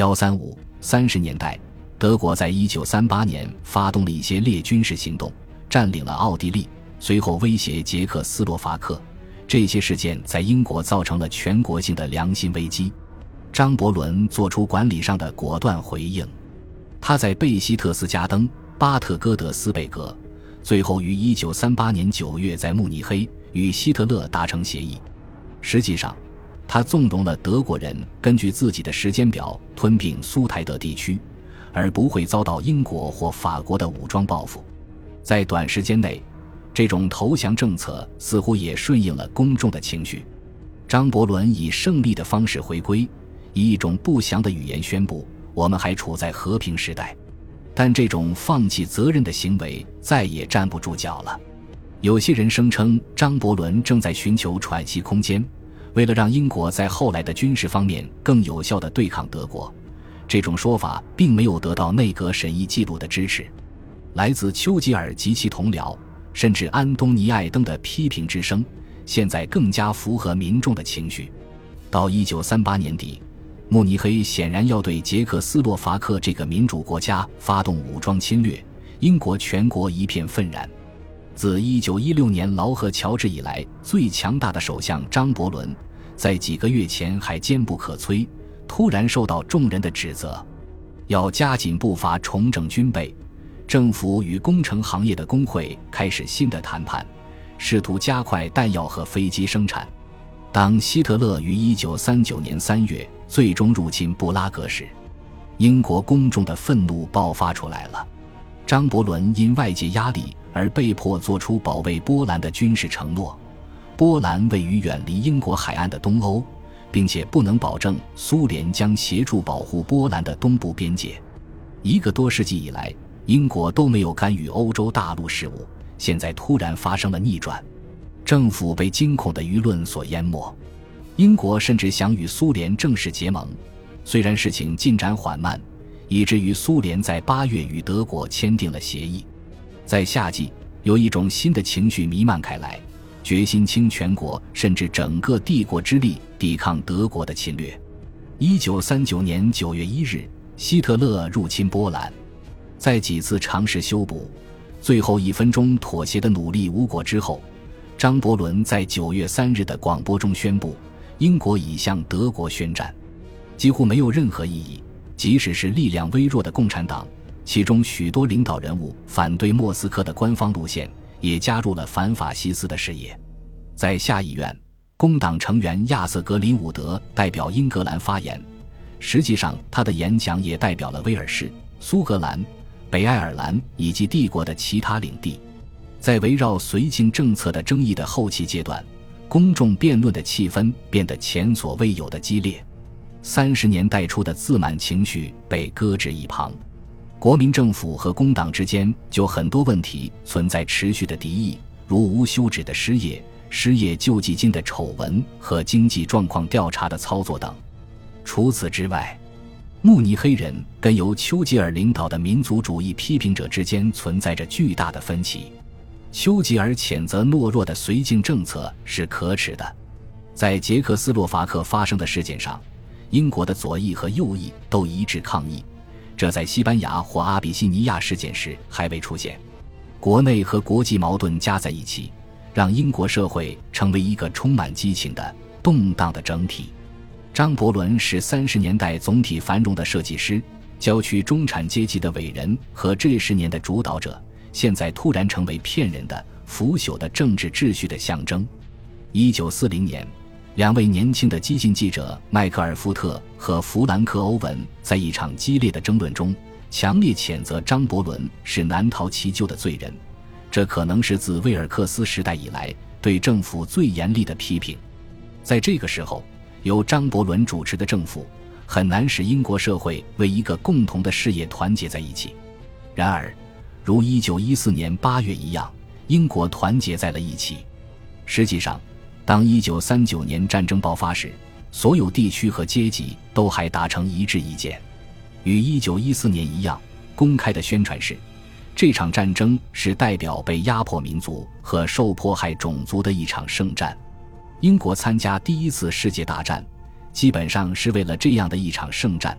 30年代，德国在1938年发动了一些列军事行动，占领了奥地利，随后威胁捷克斯洛伐克。这些事件在英国造成了全国性的良心危机。张伯伦做出管理上的果断回应，他在贝希特斯加登、巴特哥德斯贝格，最后于1938年9月在慕尼黑与希特勒达成协议。实际上，他纵容了德国人根据自己的时间表吞并苏台德地区，而不会遭到英国或法国的武装报复。在短时间内，这种投降政策似乎也顺应了公众的情绪。张伯伦以胜利的方式回归，以一种不祥的语言宣布我们还处在和平时代。但这种放弃责任的行为再也站不住脚了。有些人声称张伯伦正在寻求喘息空间，为了让英国在后来的军事方面更有效地对抗德国。这种说法并没有得到内阁审议记录的支持。来自丘吉尔及其同僚，甚至安东尼·艾登的批评之声，现在更加符合民众的情绪。到1938年底，慕尼黑显然要对捷克斯洛伐克这个民主国家发动武装侵略，英国全国一片愤然。自1916年劳合乔治以来最强大的首相张伯伦，在几个月前还坚不可摧，突然受到众人的指责，要加紧步伐重整军备。政府与工程行业的工会开始新的谈判，试图加快弹药和飞机生产。当希特勒于1939年3月最终入侵布拉格时，英国公众的愤怒爆发出来了。张伯伦因外界压力而被迫做出保卫波兰的军事承诺。波兰位于远离英国海岸的东欧，并且不能保证苏联将协助保护波兰的东部边界。1个多世纪以来，英国都没有干预欧洲大陆事务，现在突然发生了逆转。政府被惊恐的舆论所淹没，英国甚至想与苏联正式结盟。虽然事情进展缓慢，以至于苏联在8月与德国签订了协议。在夏季，有一种新的情绪弥漫开来，决心倾全国甚至整个帝国之力抵抗德国的侵略。1939年9月1日，希特勒入侵波兰，在几次尝试修补、最后1分钟妥协的努力无果之后，张伯伦在9月3日的广播中宣布，英国已向德国宣战。几乎没有任何意义，即使是力量微弱的共产党，其中许多领导人物反对莫斯科的官方路线，也加入了反法西斯的事业。在下议院，工党成员亚瑟·格林伍德代表英格兰发言，实际上他的演讲也代表了威尔士、苏格兰、北爱尔兰以及帝国的其他领地。在围绕绥靖政策的争议的后期阶段，公众辩论的气氛变得前所未有的激烈。30年代初的自满情绪被搁置一旁，国民政府和工党之间就很多问题存在持续的敌意，如无休止的失业、失业救济金的丑闻和经济状况调查的操作等。除此之外，慕尼黑人跟由丘吉尔领导的民族主义批评者之间存在着巨大的分歧。丘吉尔谴责懦弱的绥靖政策是可耻的。在捷克斯洛伐克发生的事件上，英国的左翼和右翼都一致抗议，这在西班牙或阿比西尼亚事件时还未出现。国内和国际矛盾加在一起，让英国社会成为一个充满激情的动荡的整体。张伯伦是30年代总体繁荣的设计师，郊区中产阶级的伟人和这10年的主导者，现在突然成为骗人的、腐朽的政治秩序的象征。1940年，2位年轻的激进记者迈克尔·福特和弗兰克·欧文在一场激烈的争论中，强烈谴责张伯伦是难逃其咎的罪人，这可能是自威尔克斯时代以来对政府最严厉的批评。在这个时候，由张伯伦主持的政府很难使英国社会为一个共同的事业团结在一起。然而，如1914年8月一样，英国团结在了一起。实际上，当1939年战争爆发时，所有地区和阶级都还达成一致意见。与1914年一样，公开的宣传是，这场战争是代表被压迫民族和受迫害种族的一场圣战。英国参加第1次世界大战，基本上是为了这样的一场圣战，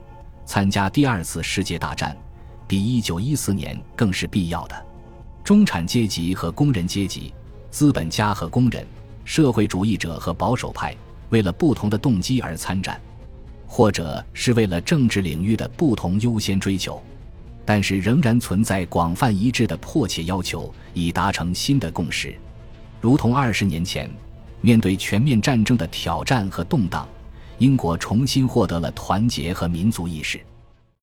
参加第二次世界大战，比1914年更是必要的。中产阶级和工人阶级，资本家和工人，社会主义者和保守派，为了不同的动机而参战，或者是为了政治领域的不同优先追求，但是仍然存在广泛一致的迫切要求，以达成新的共识。如同20年前，面对全面战争的挑战和动荡，英国重新获得了团结和民族意识。